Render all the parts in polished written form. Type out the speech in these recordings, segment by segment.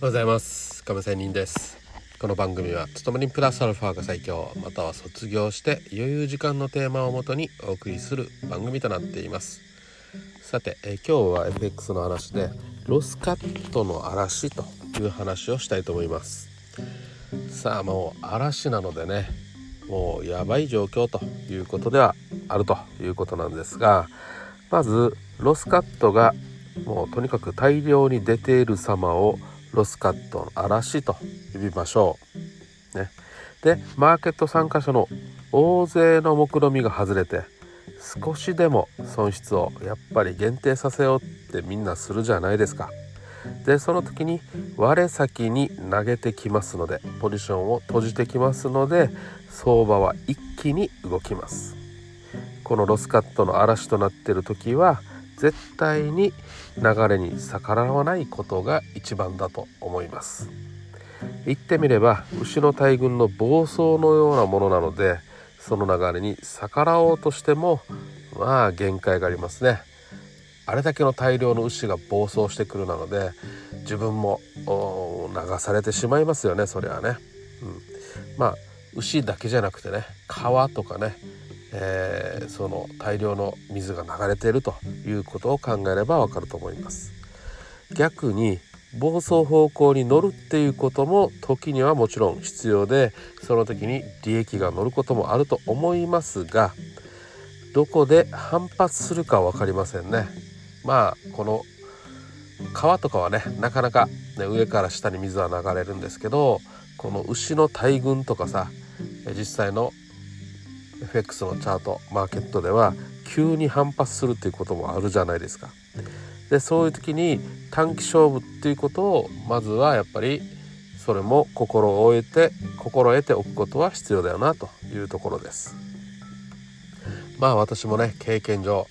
おはようございます。亀仙人です。この番組は勤め人プラスアルファが最強、または卒業して余裕時間のテーマをもとにお送りする番組となっています。さて、今日は FX の話でロスカットの嵐という話をしたいと思います。さあ、もう嵐なのでね、もうやばい状況ということではあるということなんですが、まずロスカットがもうとにかく大量に出ている様をロスカットの嵐と呼びましょう、ね。で、マーケット参加者の大勢の目論見が外れて、少しでも損失をやっぱり限定させようってみんなするじゃないですか。で、その時に我先に投げてきますので、ポジションを閉じてきますので、相場は一気に動きます。このロスカットの嵐となっている時は絶対に流れに逆らわないことが一番だと思います。言ってみれば牛の大群の暴走のようなものなので、その流れに逆らおうとしてもまあ限界がありますね。あれだけの大量の牛が暴走してくるなので、自分も流されてしまいますよね、それはね。まあ牛だけじゃなくてね、川とかね、その大量の水が流れているということを考えればわかると思います。逆に暴走方向に乗るっていうことも時にはもちろん必要で、その時に利益が乗ることもあると思いますが、どこで反発するか分かりませんね。まあこの川とかはね、なかなか、ね、上から下に水は流れるんですけど、この牛の大群とかさ、実際のFX のチャートマーケットでは急に反発するっていうこともあるじゃないですか。で、そういう時に短期勝負っていうことをまずはやっぱりそれも心得ておくことは必要だよなというところです。まあ私もね、経験上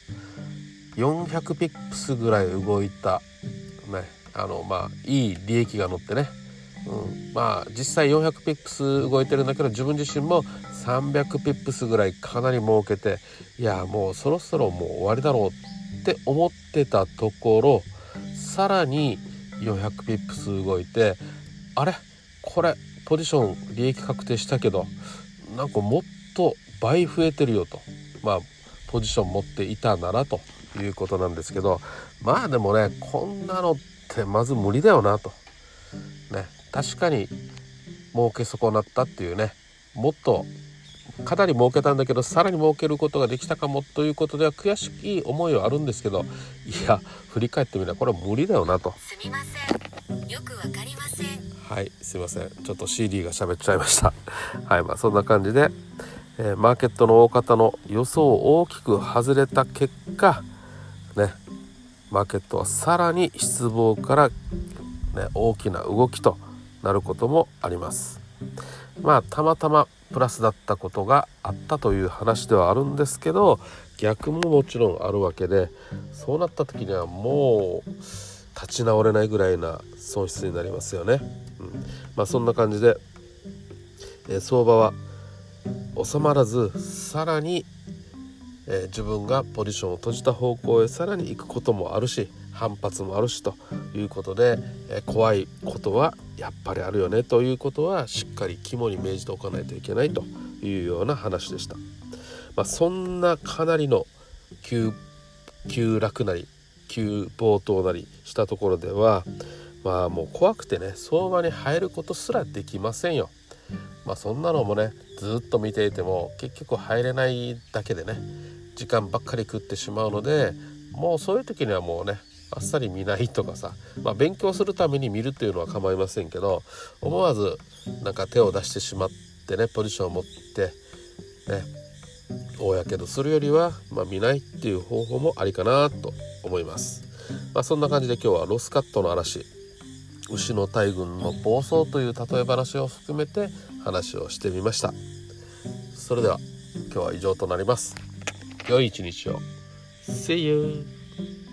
400ピップスぐらい動いたね、いい利益が乗ってね、まあ実際400ピップス動いてるんだけど、自分自身も300ピップスぐらいかなり儲けて、いやもうそろそろもう終わりだろうって思ってたところ、さらに400ピップス動いて、あれこれポジション利益確定したけど、なんかもっと倍増えてるよと、まあポジション持っていたならということなんですけど、まあでもね、こんなのってまず無理だよなとね。確かに儲け損なったっていうね、もっとかなり儲けたんだけどさらに儲けることができたかもということでは悔しい思いはあるんですけど、いや振り返ってみればこれは無理だよなと。 すみません、よくわかりません。 はい、すいません、ちょっと CD が喋っちゃいましたはい、そんな感じで、マーケットの大方の予想を大きく外れた結果ね、マーケットはさらに失望から、大きな動きとなることもあります。まあたまたまプラスだったことがあったという話ではあるんですけど、逆ももちろんあるわけで、そうなった時にはもう立ち直れないぐらいな損失になりますよね。そんな感じで、相場は収まらず、さらに、自分がポジションを閉じた方向へさらに行くこともあるし、反発もあるしということで、怖いことはやっぱりあるよねということはしっかり肝に銘じておかないといけないというような話でした。そんなかなりの急落なり急暴騰なりしたところでは、もう怖くてね、相場に入ることすらできませんよ。そんなのもね、ずっと見ていても結局入れないだけでね、時間ばっかり食ってしまうので、もうそういう時にはもうね、あっさり見ないとかさ、勉強するために見るっていうのは構いませんけど、思わずなんか手を出してしまってね、ポジションを持ってね、大やけどするよりは、見ないっていう方法もありかなと思います。そんな感じで今日はロスカットの嵐、牛の大群の暴走という例え話を含めて話をしてみました。それでは今日は以上となります。良い一日を。See you!